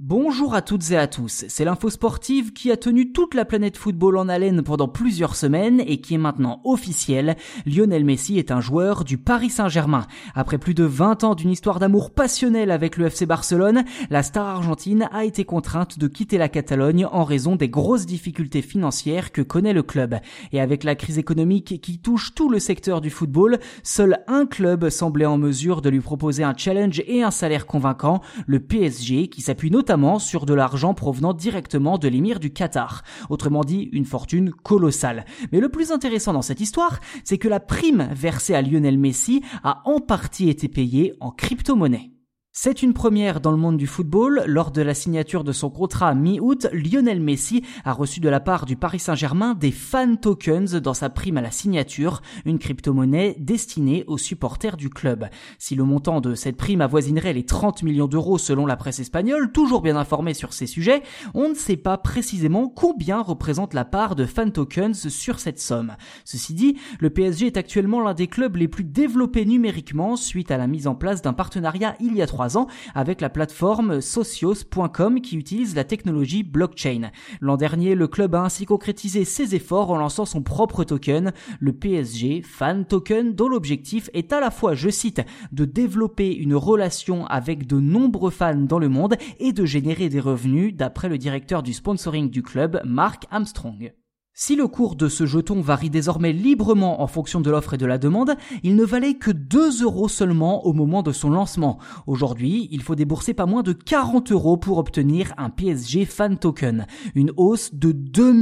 Bonjour à toutes et à tous, c'est l'info sportive qui a tenu toute la planète football en haleine pendant plusieurs semaines et qui est maintenant officielle. Lionel Messi est un joueur du Paris Saint-Germain. Après plus de 20 ans d'une histoire d'amour passionnelle avec le FC Barcelone, la star argentine a été contrainte de quitter la Catalogne en raison des grosses difficultés financières que connaît le club. Et avec la crise économique qui touche tout le secteur du football, seul un club semblait en mesure de lui proposer un challenge et un salaire convaincant, le PSG, qui s'appuie notamment sur de l'argent provenant directement de l'émir du Qatar. Autrement dit, une fortune colossale. Mais le plus intéressant dans cette histoire, c'est que la prime versée à Lionel Messi a en partie été payée en crypto-monnaie. C'est une première dans le monde du football. Lors de la signature de son contrat mi-août, Lionel Messi a reçu de la part du Paris Saint-Germain des fan tokens dans sa prime à la signature, une crypto-monnaie destinée aux supporters du club. Si le montant de cette prime avoisinerait les 30 millions d'euros selon la presse espagnole, toujours bien informée sur ces sujets, on ne sait pas précisément combien représente la part de fan tokens sur cette somme. Ceci dit, le PSG est actuellement l'un des clubs les plus développés numériquement suite à la mise en place d'un partenariat il y a 3 ans avec la plateforme socios.com qui utilise la technologie blockchain. L'an dernier, le club a ainsi concrétisé ses efforts en lançant son propre token, le PSG Fan Token, dont l'objectif est à la fois, je cite, de développer une relation avec de nombreux fans dans le monde et de générer des revenus, d'après le directeur du sponsoring du club, Mark Armstrong. Si le cours de ce jeton varie désormais librement en fonction de l'offre et de la demande, il ne valait que 2 € seulement au moment de son lancement. Aujourd'hui, il faut débourser pas moins de 40 € pour obtenir un PSG Fan Token. Une hausse de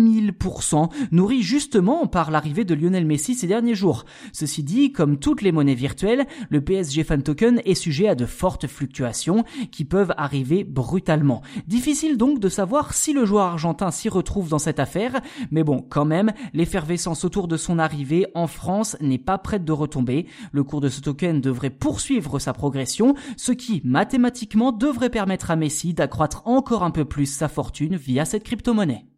2000%, nourrie justement par l'arrivée de Lionel Messi ces derniers jours. Ceci dit, comme toutes les monnaies virtuelles, le PSG Fan Token est sujet à de fortes fluctuations qui peuvent arriver brutalement. Difficile donc de savoir si le joueur argentin s'y retrouve dans cette affaire, mais bon, quand même, l'effervescence autour de son arrivée en France n'est pas prête de retomber. Le cours de ce token devrait poursuivre sa progression, ce qui, mathématiquement, devrait permettre à Messi d'accroître encore un peu plus sa fortune via cette crypto-monnaie.